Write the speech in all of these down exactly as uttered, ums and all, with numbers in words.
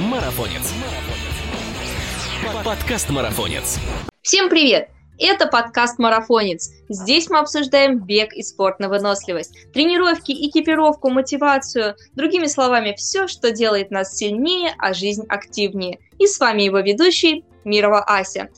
Марафонец. Подкаст «Марафонец». Всем привет! Это подкаст «Марафонец». Здесь мы обсуждаем бег и спорт на выносливость, тренировки, экипировку, мотивацию, другими словами, все, что делает нас сильнее, а жизнь активнее. И с вами его ведущий Мирова Ася.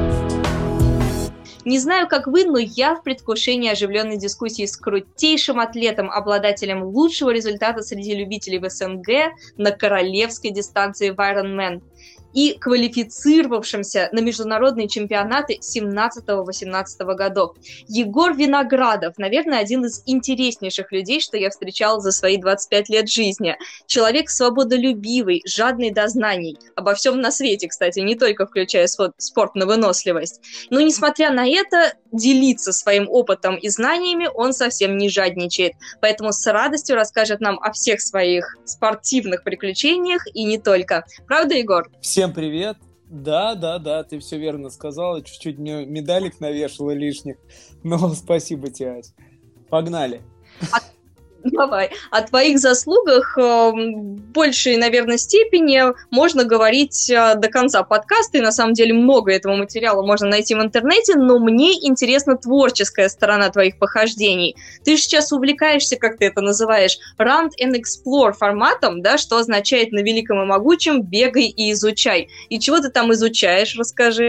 Не знаю, как вы, но я в предвкушении оживленной дискуссии с крутейшим атлетом, обладателем лучшего результата среди любителей в СНГ на королевской дистанции в Ironman и квалифицировавшимся на международные чемпионаты семнадцатого-восемнадцатого годов. Егор Виноградов, наверное, один из интереснейших людей, что я встречала за свои двадцать пять лет жизни. Человек свободолюбивый, жадный до знаний. Обо всем на свете, кстати, не только включая спорт на выносливость. Но, несмотря на это, делиться своим опытом и знаниями он совсем не жадничает. Поэтому с радостью расскажет нам о всех своих спортивных приключениях и не только. Правда, Егор? Всем привет! Да, да, да, ты все верно сказала. Чуть-чуть мне медалек навешала лишних. Но спасибо тебе, Ась. Погнали. Давай. О твоих заслугах в большей, наверное, степени можно говорить до конца подкаста, и на самом деле много этого материала можно найти в интернете, но мне интересна творческая сторона твоих похождений. Ты же сейчас увлекаешься, как ты это называешь, Run and Explore форматом, да, что означает на великом и могучем «бегай и изучай». И чего ты там изучаешь, расскажи.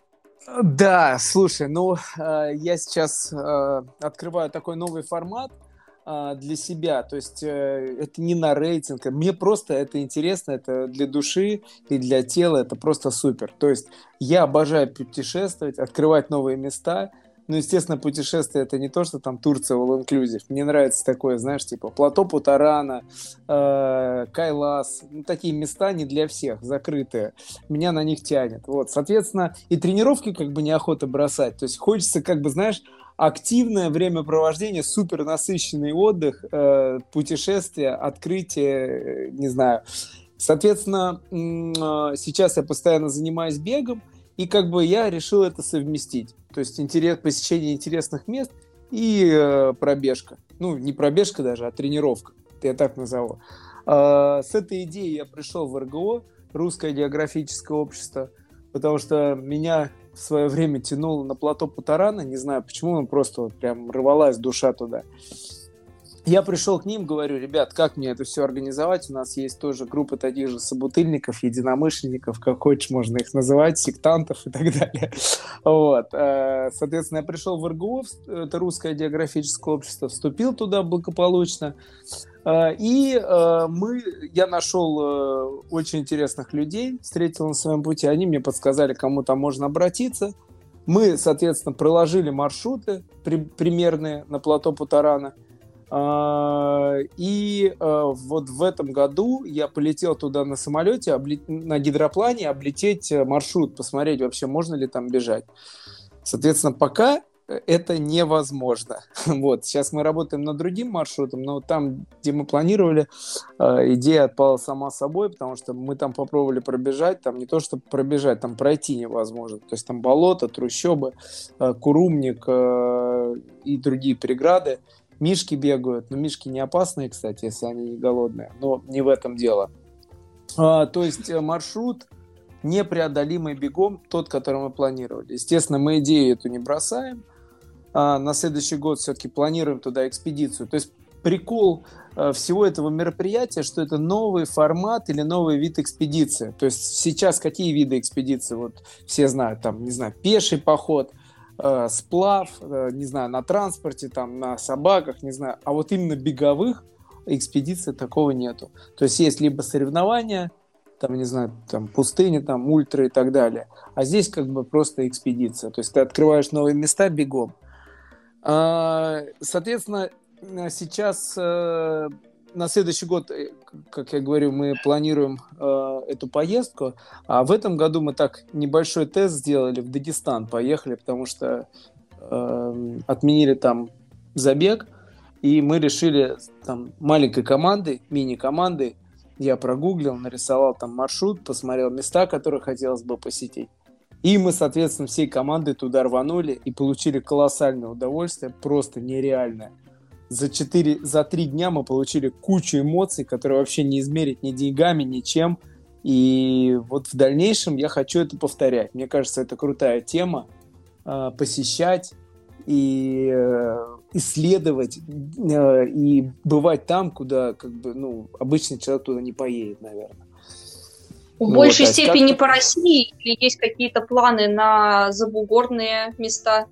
Да, слушай, ну, я сейчас открываю такой новый формат для себя, то есть э, это не на рейтинг, мне просто это интересно, это для души и для тела, это просто супер. То есть я обожаю путешествовать, открывать новые места, но, естественно, путешествие это не то, что там Турция, all inclusive, мне нравится такое, знаешь, типа плато Путарана, э, Кайлас, ну, такие места не для всех, закрытые, меня на них тянет, вот, соответственно, и тренировки как бы неохота бросать, то есть хочется как бы, знаешь, активное времяпровождение, супер насыщенный отдых, э, путешествия, открытие, не знаю. Соответственно, э, сейчас я постоянно занимаюсь бегом, и как бы я решил это совместить. То есть интерес, посещение интересных мест и э, пробежка. Ну, не пробежка даже, а тренировка. Я так назову. Э, с этой идеей я пришел в эр гэ о, Русское географическое общество, потому что меня в свое время тянуло на плато Путарана, не знаю почему, но просто вот прям рвалась душа туда. Я пришел к ним, говорю: ребят, как мне это все организовать? У нас есть тоже группа таких же собутыльников, единомышленников, как хочешь можно их называть, сектантов и так далее. Вот. Соответственно, я пришел в эр гэ о, это Русское географическое общество, вступил туда благополучно. И мы, я нашел очень интересных людей, встретил на своем пути, они мне подсказали, кому там можно обратиться. Мы, соответственно, проложили маршруты при, примерные на плато Путарана. И вот в этом году я полетел туда на самолете, обле... на гидроплане, облететь маршрут, посмотреть вообще, можно ли там бежать. Соответственно, пока это невозможно. Вот. Сейчас мы работаем над другим маршрутом, но там, где мы планировали, идея отпала сама собой, потому что мы там попробовали пробежать, там не то, что пробежать, там пройти невозможно. То есть там болото, трущобы, курумник и другие преграды. Мишки бегают, но мишки не опасные, кстати, если они не голодные, но не в этом дело. А, то есть маршрут непреодолимый бегом, тот, который мы планировали. Естественно, мы идею эту не бросаем. А, на следующий год все-таки планируем туда экспедицию. То есть прикол а, всего этого мероприятия, что это новый формат или новый вид экспедиции. То есть сейчас какие виды экспедиции? Вот все знают, там, не знаю, пеший поход, сплав, не знаю, на транспорте, там, на собаках, не знаю, а вот именно беговых экспедиций такого нету. То есть есть либо соревнования, там, не знаю, там, пустыни, там, ультра и так далее, а здесь как бы просто экспедиция. То есть ты открываешь новые места бегом. Соответственно, сейчас на следующий год, как я говорю, мы планируем э, эту поездку, а в этом году мы так небольшой тест сделали, в Дагестан поехали, потому что э, отменили там забег, и мы решили там маленькой командой, мини-командой, я прогуглил, нарисовал там маршрут, посмотрел места, которые хотелось бы посетить. И мы, соответственно, всей командой туда рванули и получили колоссальное удовольствие, просто нереальное. За, четыре, за три дня мы получили кучу эмоций, которые вообще не измерить ни деньгами, ничем. И вот в дальнейшем я хочу это повторять. Мне кажется, это крутая тема, э, посещать и э, исследовать, э, и бывать там, куда как бы, ну, обычный человек туда не поедет, наверное. В Ну, большей вот, степени как-то... по России или есть какие-то планы на забугорные места?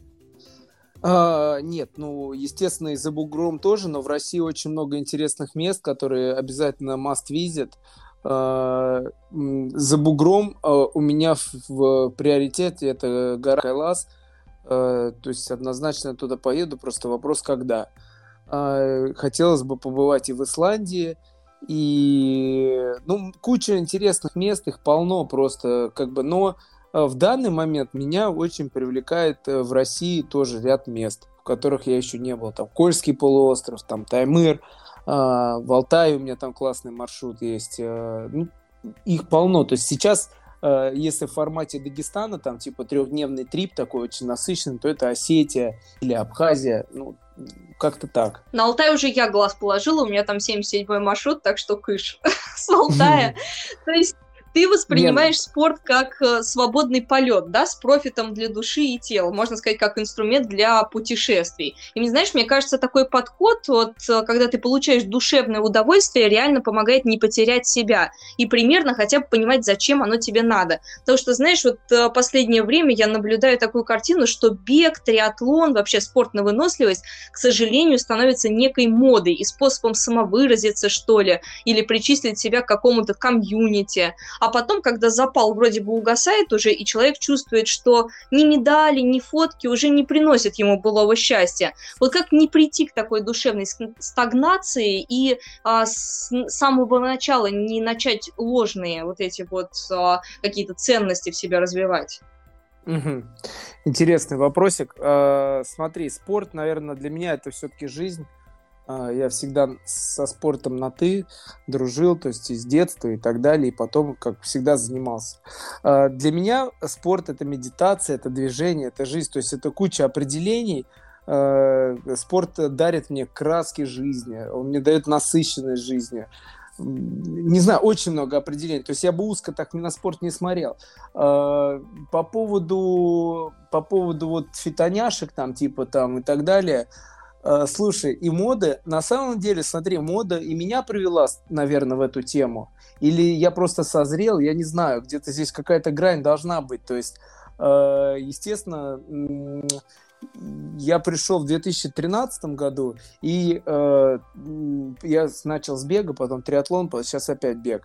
А, нет, ну, естественно, и за бугром тоже, но в России очень много интересных мест, которые обязательно must visit. А, за бугром а, у меня в, в приоритете это гора Кайлас, а, то есть однозначно туда поеду, просто вопрос когда. А, хотелось бы побывать и в Исландии, и ну, куча интересных мест, их полно просто, как бы, но в данный момент меня очень привлекает в России тоже ряд мест, в которых я еще не был. Там Кольский полуостров, там Таймыр, в Алтае у меня там классный маршрут есть. Ну, их полно. То есть сейчас, если в формате Дагестана, там типа трехдневный трип такой очень насыщенный, то это Осетия или Абхазия. Ну, как-то так. На Алтай уже я глаз положила, у меня там семьдесят седьмой маршрут, так что кыш с Алтая. То есть ты воспринимаешь Нет. спорт как э, свободный полет, да, с профитом для души и тела, можно сказать, как инструмент для путешествий. И, не знаешь, мне кажется, такой подход, вот, когда ты получаешь душевное удовольствие, реально помогает не потерять себя и примерно хотя бы понимать, зачем оно тебе надо. Потому что, знаешь, вот э, последнее время я наблюдаю такую картину, что бег, триатлон, вообще спорт на выносливость, к сожалению, становится некой модой и способом самовыразиться, что ли, или причислить себя к какому-то комьюнити. А потом, когда запал вроде бы угасает уже, и человек чувствует, что ни медали, ни фотки уже не приносят ему былого счастья. Вот как не прийти к такой душевной стагнации и а, с самого начала не начать ложные вот эти вот а, какие-то ценности в себе развивать? Угу. Интересный вопросик. А, смотри, спорт, наверное, для меня это все-таки жизнь. Я всегда со спортом на «ты» дружил, то есть из детства и так далее, и потом, как всегда, занимался. Для меня спорт – это медитация, это движение, это жизнь, то есть это куча определений. Спорт дарит мне краски жизни, он мне дает насыщенность жизни. Не знаю, очень много определений. То есть я бы узко так на спорт не смотрел. По поводу, по поводу вот фитоняшек там, типа там и так далее – слушай, и мода, на самом деле, смотри, мода и меня привела, наверное, в эту тему. Или я просто созрел, я не знаю, где-то здесь какая-то грань должна быть. То есть, естественно, я пришел в две тысячи тринадцатом году, и я начал с бега, потом триатлон, сейчас опять бег.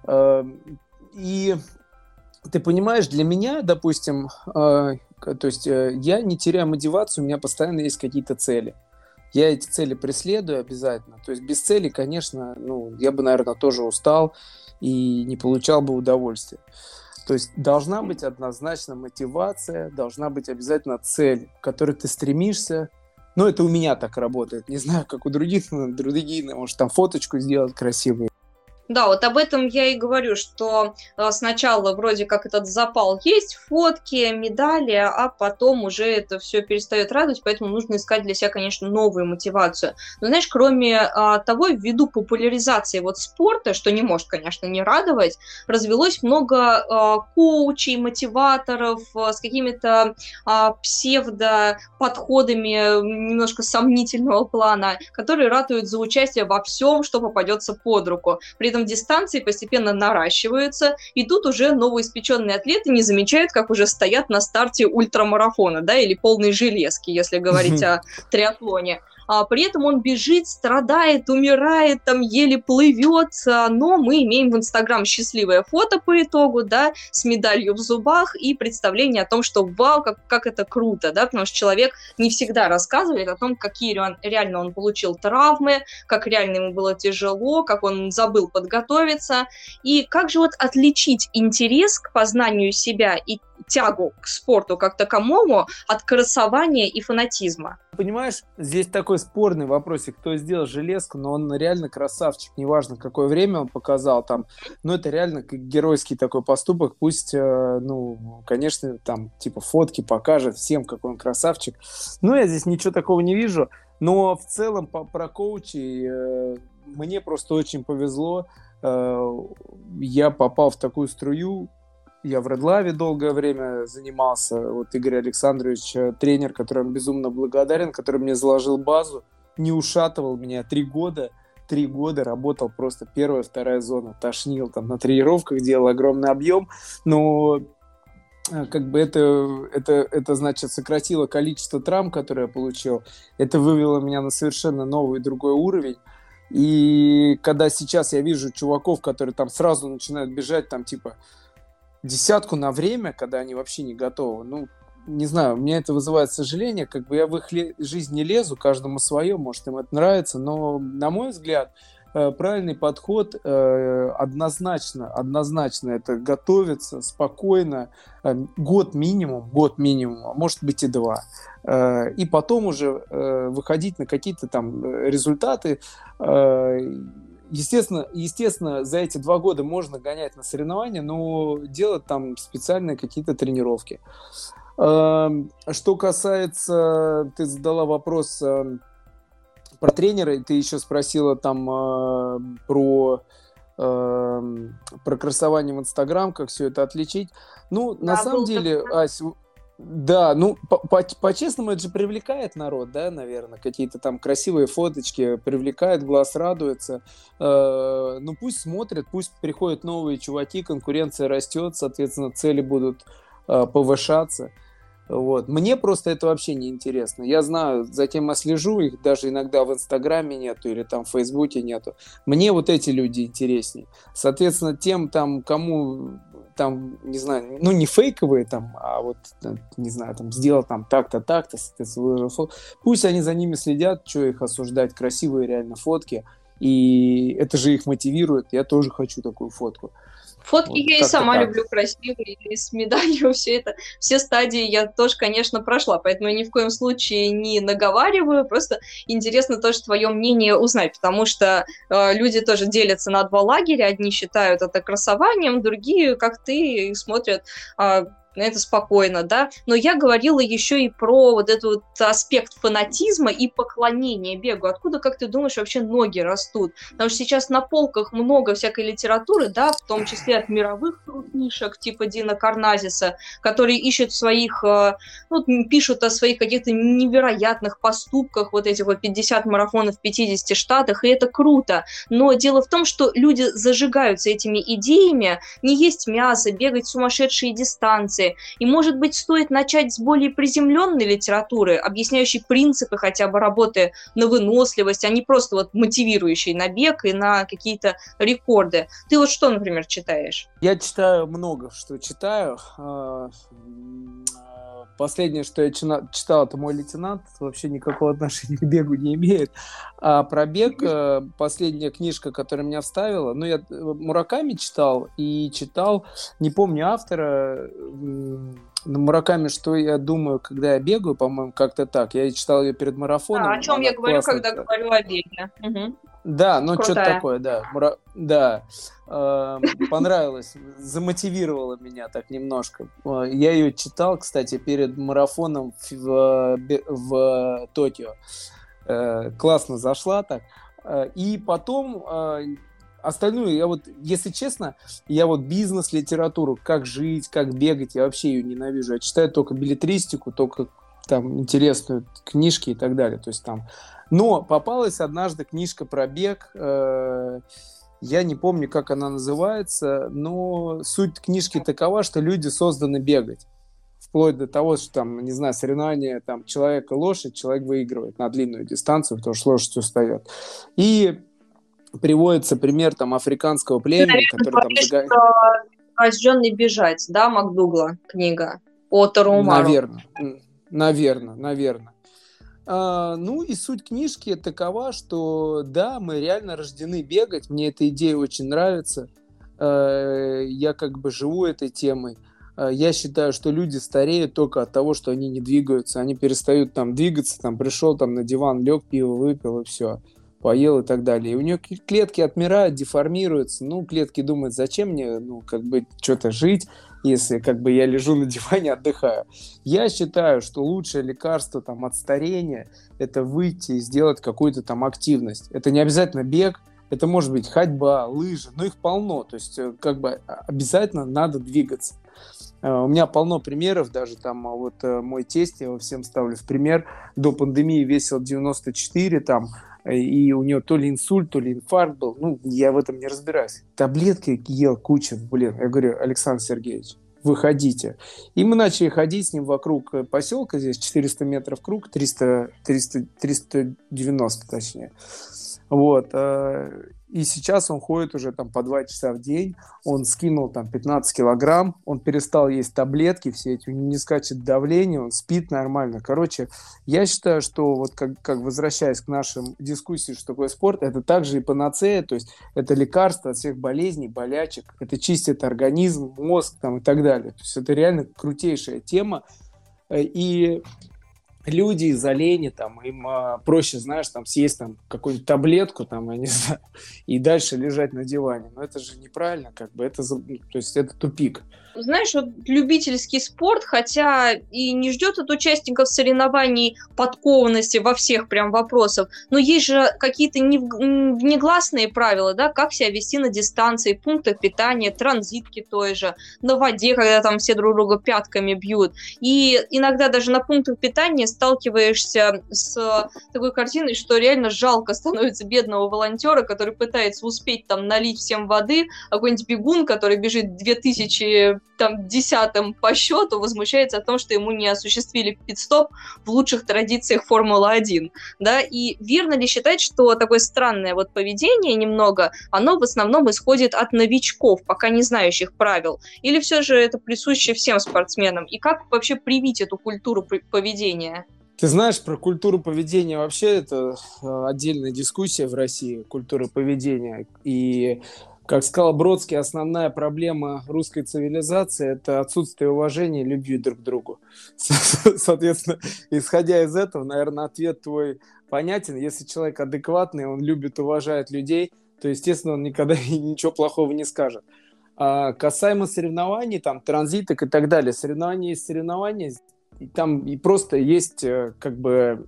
И ты понимаешь, для меня, допустим, то есть я не теряю мотивацию, у меня постоянно есть какие-то цели. Я эти цели преследую обязательно. То есть без цели, конечно, ну, я бы, наверное, тоже устал и не получал бы удовольствия. То есть должна быть однозначно мотивация, должна быть обязательно цель, к которой ты стремишься. Ну, это у меня так работает. Не знаю, как у других, но другие, может, там фоточку сделать красивую. Да, вот об этом я и говорю, что э, сначала вроде как этот запал есть, фотки, медали, а потом уже это все перестает радовать, поэтому нужно искать для себя, конечно, новую мотивацию. Но знаешь, кроме э, того, ввиду популяризации вот спорта, что не может, конечно, не радовать, развелось много э, коучей, мотиваторов э, с какими-то э, псевдо-подходами немножко сомнительного плана, которые ратуют за участие во всем, что попадется под руку. При этом дистанции постепенно наращиваются, и тут уже новоиспеченные атлеты не замечают, как уже стоят на старте ультрамарафона, да, или полной железки, если говорить о триатлоне. А при этом он бежит, страдает, умирает, там еле плывет, но мы имеем в Инстаграм счастливое фото по итогу, да, с медалью в зубах и представление о том, что вау, как, как это круто, да, потому что человек не всегда рассказывает о том, какие реально он получил травмы, как реально ему было тяжело, как он забыл подготовиться, и как же вот отличить интерес к познанию себя и тягу к спорту как таковому от красования и фанатизма. Понимаешь, здесь такой спорный вопросик, кто сделал железку, но он реально красавчик, неважно, какое время он показал там, но это реально как геройский такой поступок, пусть, ну, конечно, там, типа, фотки покажет всем, какой он красавчик, но я здесь ничего такого не вижу, но в целом по, про коучей мне просто очень повезло, я попал в такую струю. Я в Редлаве долгое время занимался. Вот Игорь Александрович, тренер, которому безумно благодарен, который мне заложил базу, не ушатывал меня три года. Три года работал просто первая, вторая зона. Тошнил там на тренировках, делал огромный объем. Но как бы это, это, это, значит, сократило количество травм, которые я получил. Это вывело меня на совершенно новый другой уровень. И когда сейчас я вижу чуваков, которые там сразу начинают бежать, там типа десятку на время, когда они вообще не готовы, ну, не знаю, меня это вызывает сожаление, как бы я в их ле- жизнь не лезу, каждому свое, может, им это нравится, но, на мой взгляд, э, правильный подход э, однозначно, однозначно это готовиться спокойно, э, год минимум, год минимум, а может быть и два, э, и потом уже э, выходить на какие-то там результаты. э, Естественно, естественно, за эти два года можно гонять на соревнования, но делать там специальные какие-то тренировки. Что касается, ты задала вопрос про тренера, и ты еще спросила там про, про красование в Инстаграм, как все это отличить. Ну, да, на самом деле, Ась, да, ну, по- по- по-честному, это же привлекает народ, да, наверное, какие-то там красивые фоточки, привлекает глаз, радуется. Э, ну, пусть смотрят, пусть приходят новые чуваки, конкуренция растет, соответственно, цели будут э, повышаться. Вот. Мне просто это вообще не интересно. Я знаю, затем я слежу, их даже иногда в Инстаграме нету или там в Фейсбуке нету. Мне вот эти люди интереснее. Соответственно, тем там, кому там, не знаю, ну не фейковые там, а вот, не знаю, там сделал там так-то, так-то, соответственно, выложил фото. Пусть они за ними следят, что их осуждать, красивые реально фотки. И это же их мотивирует. Я тоже хочу такую фотку. Фотки вот, я и сама так. люблю красивые, и с медалью, все это, все стадии я тоже, конечно, прошла, поэтому я ни в коем случае не наговариваю, просто интересно тоже твое мнение узнать, потому что э, люди тоже делятся на два лагеря, одни считают это красованием, другие, как ты, смотрят... Э, это спокойно, да, но я говорила еще и про вот этот вот аспект фанатизма и поклонения бегу. Откуда, как ты думаешь, вообще ноги растут? Потому что сейчас на полках много всякой литературы, да, в том числе от мировых крупнишек, типа Дина Карназиса, которые ищут своих, ну, пишут о своих каких-то невероятных поступках, вот этих вот пятьдесят марафонов в пятидесяти штатах, и это круто. Но дело в том, что люди зажигаются этими идеями, не есть мясо, бегать сумасшедшие дистанции. И, может быть, стоит начать с более приземленной литературы, объясняющей принципы хотя бы работы на выносливость, а не просто вот мотивирующей на бег и на какие-то рекорды. Ты вот что, например, читаешь? Я читаю много, что читаю. Последнее, что я читал, это «Мой лейтенант». Вообще никакого отношения к бегу не имеет. А про бег последняя книжка, которая меня вставила, ну, я Мураками читал и читал, не помню автора, на Мураками, что я думаю, когда я бегаю, по-моему, как-то так. Я читал ее перед марафоном. А, о чем я говорю, когда говорю о беге. Угу. Да, ну что-то такое, да. Мура... Да. Э, понравилось, замотивировало меня так немножко. Я ее читал, кстати, перед марафоном в, в Токио. Э, классно зашла так. И потом э, остальную, я вот, если честно, я вот бизнес-литературу, как жить, как бегать, я вообще ее ненавижу. Я читаю только беллетристику, только там интересные книжки и так далее. То есть там... Но попалась однажды книжка про бег, э, я не помню, как она называется, но суть книжки такова, что люди созданы бегать. Вплоть до того, что там, не знаю, соревнования там, человек и лошадь, человек выигрывает на длинную дистанцию, потому что лошадь устает. И приводится пример там африканского племени, который там... Заг... «Рожденный бежать», да, Макдугла книга по Тарумару? Наверное, наверное, наверное. А, ну и суть книжки такова, что да, мы реально рождены бегать, мне эта идея очень нравится, а, я как бы живу этой темой. А, я считаю, что люди стареют только от того, что они не двигаются, они перестают там двигаться, там пришел там на диван, лег, пиво выпил и все, поел и так далее. И у него клетки отмирают, деформируются, ну клетки думают, зачем мне, ну как бы что-то жить, если как бы я лежу на диване, отдыхаю. Я считаю, что лучшее лекарство там, от старения – это выйти и сделать какую-то там активность. Это не обязательно бег, это может быть ходьба, лыжи, но их полно, то есть как бы обязательно надо двигаться. У меня полно примеров, даже там вот мой тесть, я его всем ставлю в пример, до пандемии весил девяносто четыре, там, и у него то ли инсульт, то ли инфаркт был, ну, я в этом не разбираюсь. Таблетки ел кучу, блин, я говорю, Александр Сергеевич, выходите. И мы начали ходить с ним вокруг поселка, здесь четыреста метров круг, триста, триста, триста девяносто точнее. Вот. И сейчас он ходит уже там по два часа в день, он скинул там пятнадцать килограмм, он перестал есть таблетки все эти, у него не скачет давление, он спит нормально. Короче, я считаю, что вот как, как возвращаясь к нашим дискуссиям, что такое спорт, это также и панацея, то есть это лекарство от всех болезней, болячек, это чистит организм, мозг там и так далее. То есть это реально крутейшая тема. И люди из-за лени, там, им а, проще, знаешь, там, съесть там какую-нибудь таблетку, там, я не знаю, и дальше лежать на диване. Но это же неправильно, как бы, это, то есть это тупик. Знаешь, вот любительский спорт, хотя и не ждет от участников соревнований подкованности во всех прям вопросах, но есть же какие-то внегласные правила, да, как себя вести на дистанции, пунктах питания, транзитки той же, на воде, когда там все друг друга пятками бьют. И иногда даже на пунктах питания сталкиваешься с такой картиной, что реально жалко становится бедного волонтера, который пытается успеть там налить всем воды, а какой-нибудь бегун, который бежит две тысячи там десятым по счету, возмущается о том, что ему не осуществили пит-стоп в лучших традициях Формулы один, да, и верно ли считать, что такое странное вот поведение немного, оно в основном исходит от новичков, пока не знающих правил, или все же это присуще всем спортсменам, и как вообще привить эту культуру поведения? Ты знаешь, про культуру поведения вообще это отдельная дискуссия в России, культура поведения, и как сказал Бродский, основная проблема русской цивилизации – это отсутствие уважения и любви друг к другу. Соответственно, исходя из этого, наверное, ответ твой понятен. Если человек адекватный, он любит, уважает людей, то, естественно, он никогда ничего плохого не скажет. А касаемо соревнований, там, транзиток и так далее, соревнования есть соревнования, и там и просто есть, как бы,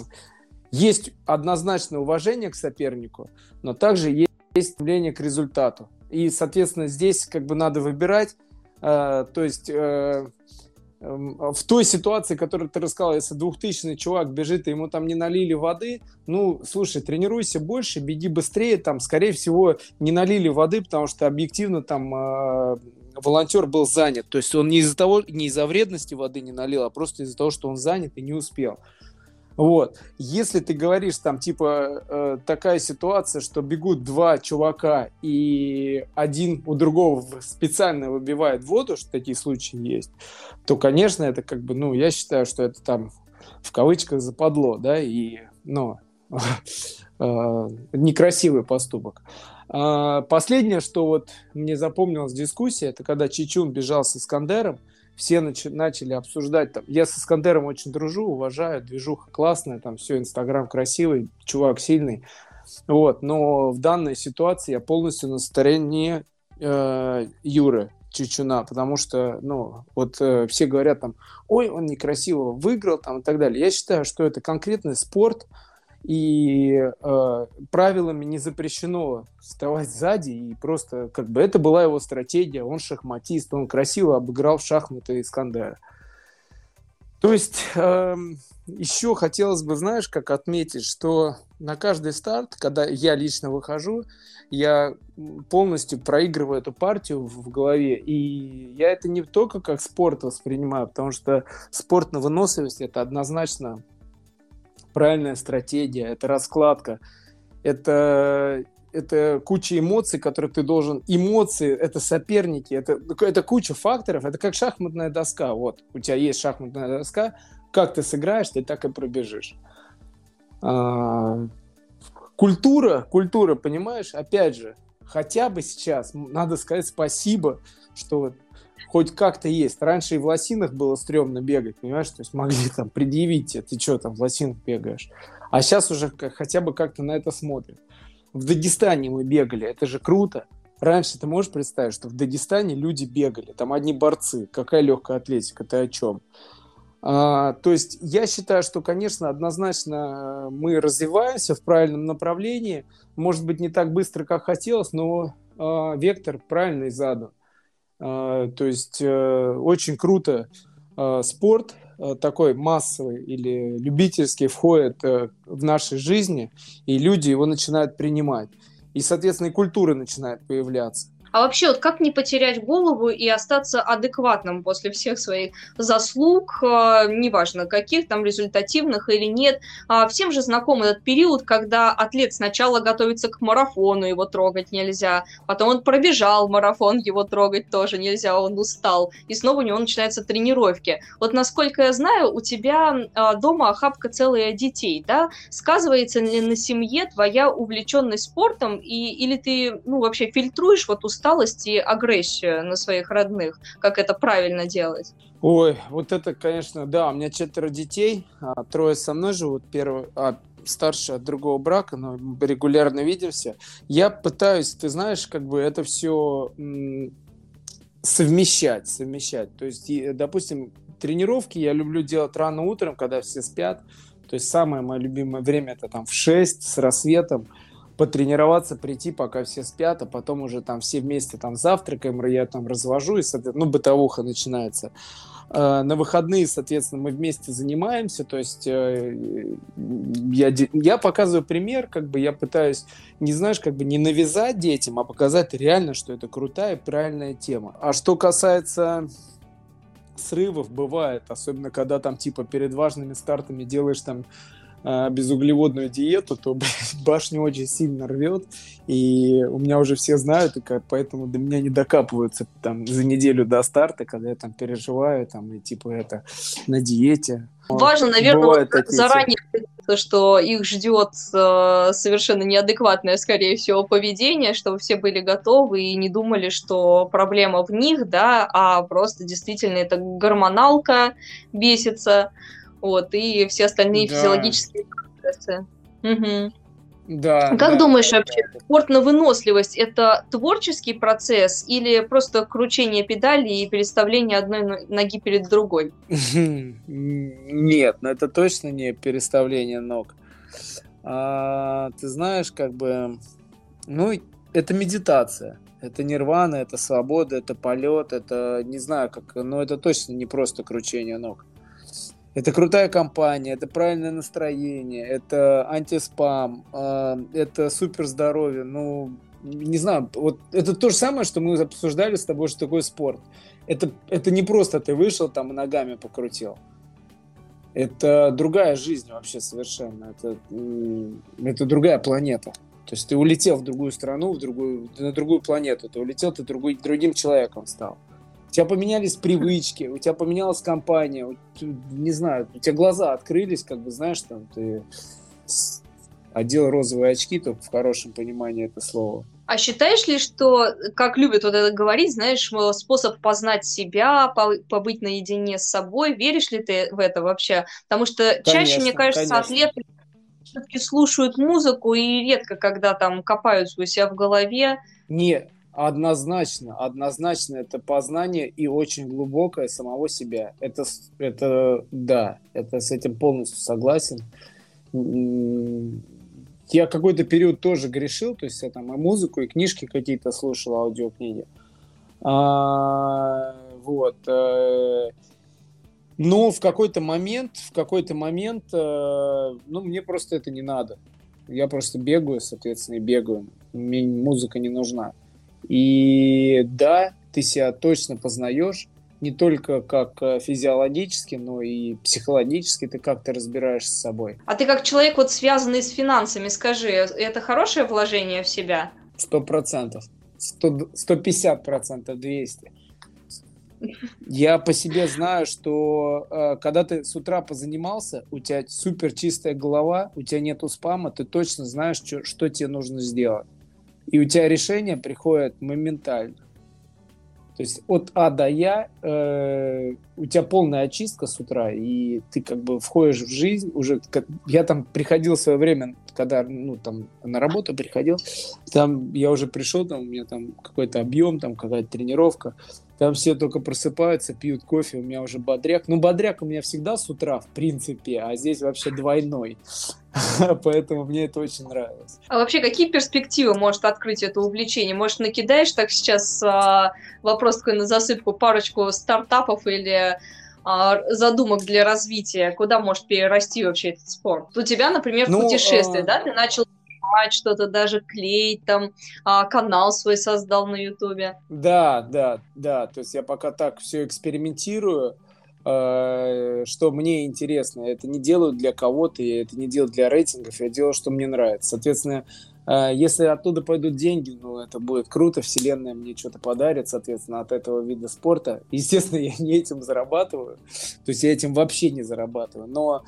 есть однозначное уважение к сопернику, но также есть есть стремление к результату. И, соответственно, здесь как бы надо выбирать, э, то есть э, э, в той ситуации, которую ты рассказал, если двухтысячный чувак бежит, и ему там не налили воды, ну, слушай, тренируйся больше, беги быстрее, там, скорее всего, не налили воды, потому что объективно там э, волонтер был занят. То есть он не из-за того, не из-за вредности воды не налил, а просто из-за того, что он занят и не успел. Вот. Если ты говоришь, там, типа, э, такая ситуация, что бегут два чувака, и один у другого специально выбивает воду, что такие случаи есть, то, конечно, это как бы, ну, я считаю, что это там в кавычках западло, да, и, ну, некрасивый поступок. Последнее, что вот мне запомнилась дискуссия, это когда Чечун бежал с Искандером, все нач- начали обсуждать, там, я с Искандером очень дружу, уважаю, движуха классная, там все, Инстаграм красивый, чувак сильный, вот, но в данной ситуации я полностью на стороне э, Юры Чечуна, потому что, ну, вот э, все говорят там, ой, он некрасиво выиграл, там, и так далее. Я считаю, что это конкретный спорт, и э, правилами не запрещено вставать сзади, и просто как бы это была его стратегия, он шахматист, он красиво обыграл в шахматы Искандера. То есть э, еще хотелось бы, знаешь, как отметить, что на каждый старт, когда я лично выхожу, я полностью проигрываю эту партию в голове, и я это не только как спорт воспринимаю, потому что спорт на выносливость – это однозначно правильная стратегия, это раскладка, это, это куча эмоций, которые ты должен... Эмоции, это соперники, это, это куча факторов, это как шахматная доска. Вот, у тебя есть шахматная доска, как ты сыграешь, ты так и пробежишь. А, культура, культура, понимаешь, опять же, хотя бы сейчас надо сказать спасибо, что хоть как-то есть. Раньше и в лосинах было стрёмно бегать, понимаешь? То есть могли там предъявить тебе, ты что там в лосинах бегаешь? А сейчас уже хотя бы как-то на это смотрят. В Дагестане мы бегали, это же круто. Раньше ты можешь представить, что в Дагестане люди бегали, там одни борцы, какая легкая атлетика, ты о чем? А, то есть я считаю, что, конечно, однозначно мы развиваемся в правильном направлении. Может быть, не так быстро, как хотелось, но а, вектор правильный задан. А, то есть а, очень круто а, спорт а, такой массовый или любительский входит а, в нашей жизни, и люди его начинают принимать. И, соответственно, и культура начинает появляться. А вообще, вот как не потерять голову и остаться адекватным после всех своих заслуг, э, неважно каких, там, результативных или нет. А всем же знаком этот период, когда атлет сначала готовится к марафону, его трогать нельзя, потом он пробежал марафон, его трогать тоже нельзя, он устал, и снова у него начинаются тренировки. Вот насколько я знаю, у тебя э, дома охапка целая детей, да? Сказывается ли на семье твоя увлеченность спортом, и, или ты, ну, вообще фильтруешь вот усталость усталость и агрессию на своих родных, как это правильно делать? Ой, вот это, конечно, да, у меня четверо детей, а, трое со мной живут, первый, а, старший от другого брака, но мы регулярно видимся. Я пытаюсь, ты знаешь, как бы это все м- совмещать, совмещать. То есть, и, допустим, тренировки я люблю делать рано утром, когда все спят. То есть самое мое любимое время это там в шесть с рассветом. Потренироваться, прийти, пока все спят, а потом уже там все вместе там завтракаем, я там развожу, и, соответственно, ну, бытовуха начинается. На выходные, соответственно, мы вместе занимаемся, то есть я, я показываю пример, как бы я пытаюсь, не знаешь, как бы не навязать детям, а показать реально, что это крутая и правильная тема. А что касается срывов, бывает, особенно когда там типа перед важными стартами делаешь там безуглеводную диету, то, блядь, башню очень сильно рвет, и у меня уже все знают, и поэтому до меня не докапываются там за неделю до старта, когда я там переживаю, там, и типа это на диете. Важно, наверное, вот заранее, что их ждет э, совершенно неадекватное, скорее всего, поведение, чтобы все были готовы и не думали, что проблема в них, да, а просто действительно это гормоналка бесится. Вот, и все остальные да. физиологические процессы. Угу. Да, как да, думаешь, да, вообще, да. спорт на выносливость – это творческий процесс или просто кручение педали и переставление одной ноги перед другой? Нет, ну это точно не переставление ног. А, ты знаешь, как бы, ну, это медитация. Это нирвана, это свобода, это полет, это, не знаю, как, но это точно не просто кручение ног. Это крутая компания, это правильное настроение, это антиспам, это супер здоровье. Ну, не знаю, вот это то же самое, что мы обсуждали с тобой, что такое спорт. Это, это не просто ты вышел там и ногами покрутил. Это другая жизнь вообще совершенно. Это, это другая планета. То есть ты улетел в другую страну, в другую, на другую планету. Ты улетел, ты другой, другим человеком стал. У тебя поменялись привычки, у тебя поменялась компания, не знаю, у тебя глаза открылись, как бы, знаешь, там, ты одел розовые очки, только в хорошем понимании этого слова. А считаешь ли, что, как любят вот это говорить, знаешь, способ познать себя, побыть наедине с собой, веришь ли ты в это вообще? Потому что чаще, конечно, мне кажется, конечно. Атлеты все-таки слушают музыку и редко, когда там копаются у себя в голове. Нет. Однозначно, однозначно это познание и очень глубокое самого себя. Это, это да, это с этим полностью согласен. Я какой-то период тоже грешил, то есть я там и музыку, и книжки какие-то слушал, аудиокниги. А, вот. Но в какой-то момент, в какой-то момент, ну, мне просто это не надо. Я просто бегаю, соответственно, и бегаю. Мне музыка не нужна. И да, ты себя точно познаешь, не только как физиологически, но и психологически ты как-то разбираешься с собой. А ты как человек, вот связанный с финансами, скажи, это хорошее вложение в себя? Сто процентов. Сто пятьдесят процентов, двести. Я по себе знаю, что когда ты с утра позанимался, у тебя супер чистая голова, у тебя нету спама, ты точно знаешь, что, что тебе нужно сделать. И у тебя решение приходит моментально. То есть от А до Я э, у тебя полная очистка с утра, и ты как бы входишь в жизнь уже. Как, я там приходил в свое время когда, ну, там, на работу приходил, там я уже пришел, там у меня там какой-то объем, там какая-то тренировка, там все только просыпаются, пьют кофе, у меня уже бодряк. Ну, бодряк у меня всегда с утра, в принципе, а здесь вообще двойной. Поэтому мне это очень нравилось. А вообще, какие перспективы может открыть это увлечение? Может, накидаешь так сейчас а, вопрос такой на засыпку, парочку стартапов или а, задумок для развития? Куда может перерасти вообще этот спорт? У тебя, например, Ну, путешествие, а, да? Ты начал снимать что-то, даже клеить, там, а, канал свой создал на Ютубе. да, да, да. То есть я пока так все экспериментирую, э, что мне интересно. Я это не делаю для кого-то, я это не делаю для рейтингов, я делаю, что мне нравится. Соответственно, э, если оттуда пойдут деньги, ну, это будет круто, вселенная мне что-то подарит, соответственно, от этого вида спорта. Естественно, я не этим зарабатываю, то есть я этим вообще не зарабатываю, но...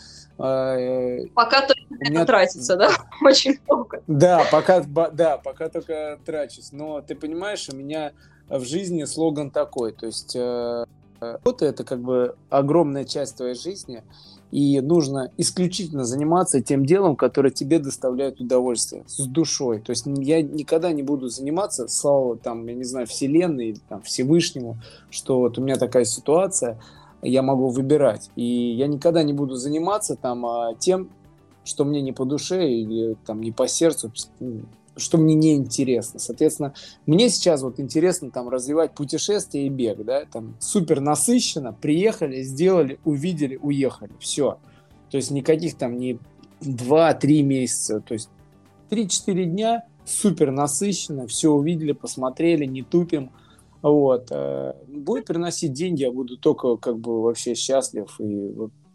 э, Пока только у это меня... тратится, да? Очень много. Да, пока, ба- да, пока только трачусь. Но ты понимаешь, у меня в жизни слоган такой, то есть э, работа это как бы огромная часть твоей жизни, и нужно исключительно заниматься тем делом, которое тебе доставляет удовольствие, с душой. То есть я никогда не буду заниматься, слава там, я не знаю, вселенной или там Всевышнему, что вот у меня такая ситуация, я могу выбирать. И я никогда не буду заниматься там а, тем, что мне не по душе или там не по сердцу, что мне не интересно. Соответственно, мне сейчас вот интересно там развивать путешествия и бег, да, там супер насыщенно, приехали, сделали, увидели, уехали, все. То есть никаких там не два-три месяца, то есть три-четыре дня супер насыщенно, все увидели, посмотрели, не тупим. Вот. Будет приносить деньги, я буду только как бы вообще счастлив и,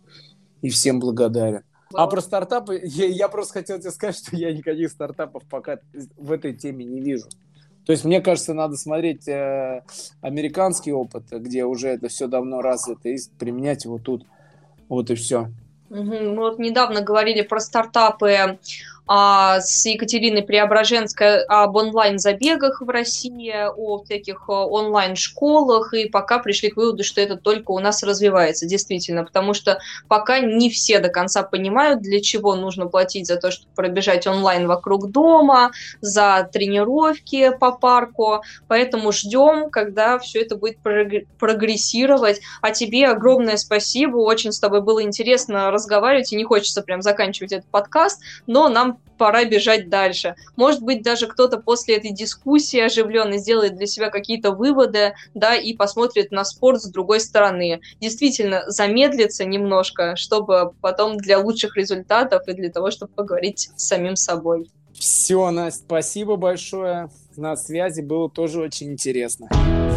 и всем благодарен. А про стартапы, я, я просто хотел тебе сказать, что я никаких стартапов пока в этой теме не вижу. То есть, мне кажется, надо смотреть э, американский опыт, где уже это все давно развито, и применять его тут. Вот и все. Угу. Мы вот недавно говорили про стартапы а, с Екатериной Преображенской об онлайн-забегах в России, о всяких онлайн-школах, и пока пришли к выводу, что это только у нас развивается, действительно, потому что пока не все до конца понимают, для чего нужно платить за то, чтобы пробежать онлайн вокруг дома, за тренировки по парку, поэтому ждем, когда все это будет прогрессировать. А тебе огромное спасибо, очень с тобой было интересно разговаривать, и не хочется прям заканчивать этот подкаст, но нам пора бежать дальше. Может быть, даже кто-то после этой дискуссии оживленной сделает для себя какие-то выводы, да, и посмотрит на спорт с другой стороны. Действительно, замедлиться немножко, чтобы потом для лучших результатов и для того, чтобы поговорить с самим собой. Все, Настя, спасибо большое. На связи, было тоже очень интересно.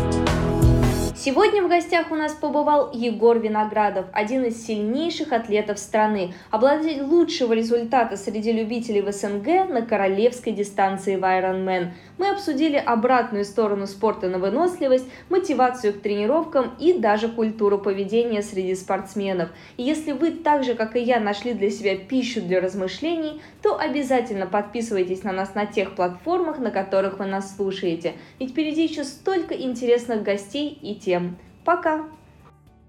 Сегодня в гостях у нас побывал Егор Виноградов, один из сильнейших атлетов страны, обладатель лучшего результата среди любителей в СНГ на королевской дистанции в Ironman. Мы обсудили обратную сторону спорта на выносливость, мотивацию к тренировкам и даже культуру поведения среди спортсменов. И если вы так же, как и я, нашли для себя пищу для размышлений, то обязательно подписывайтесь на нас на тех платформах, на которых вы нас слушаете. Ведь впереди еще столько интересных гостей и тем. Пока!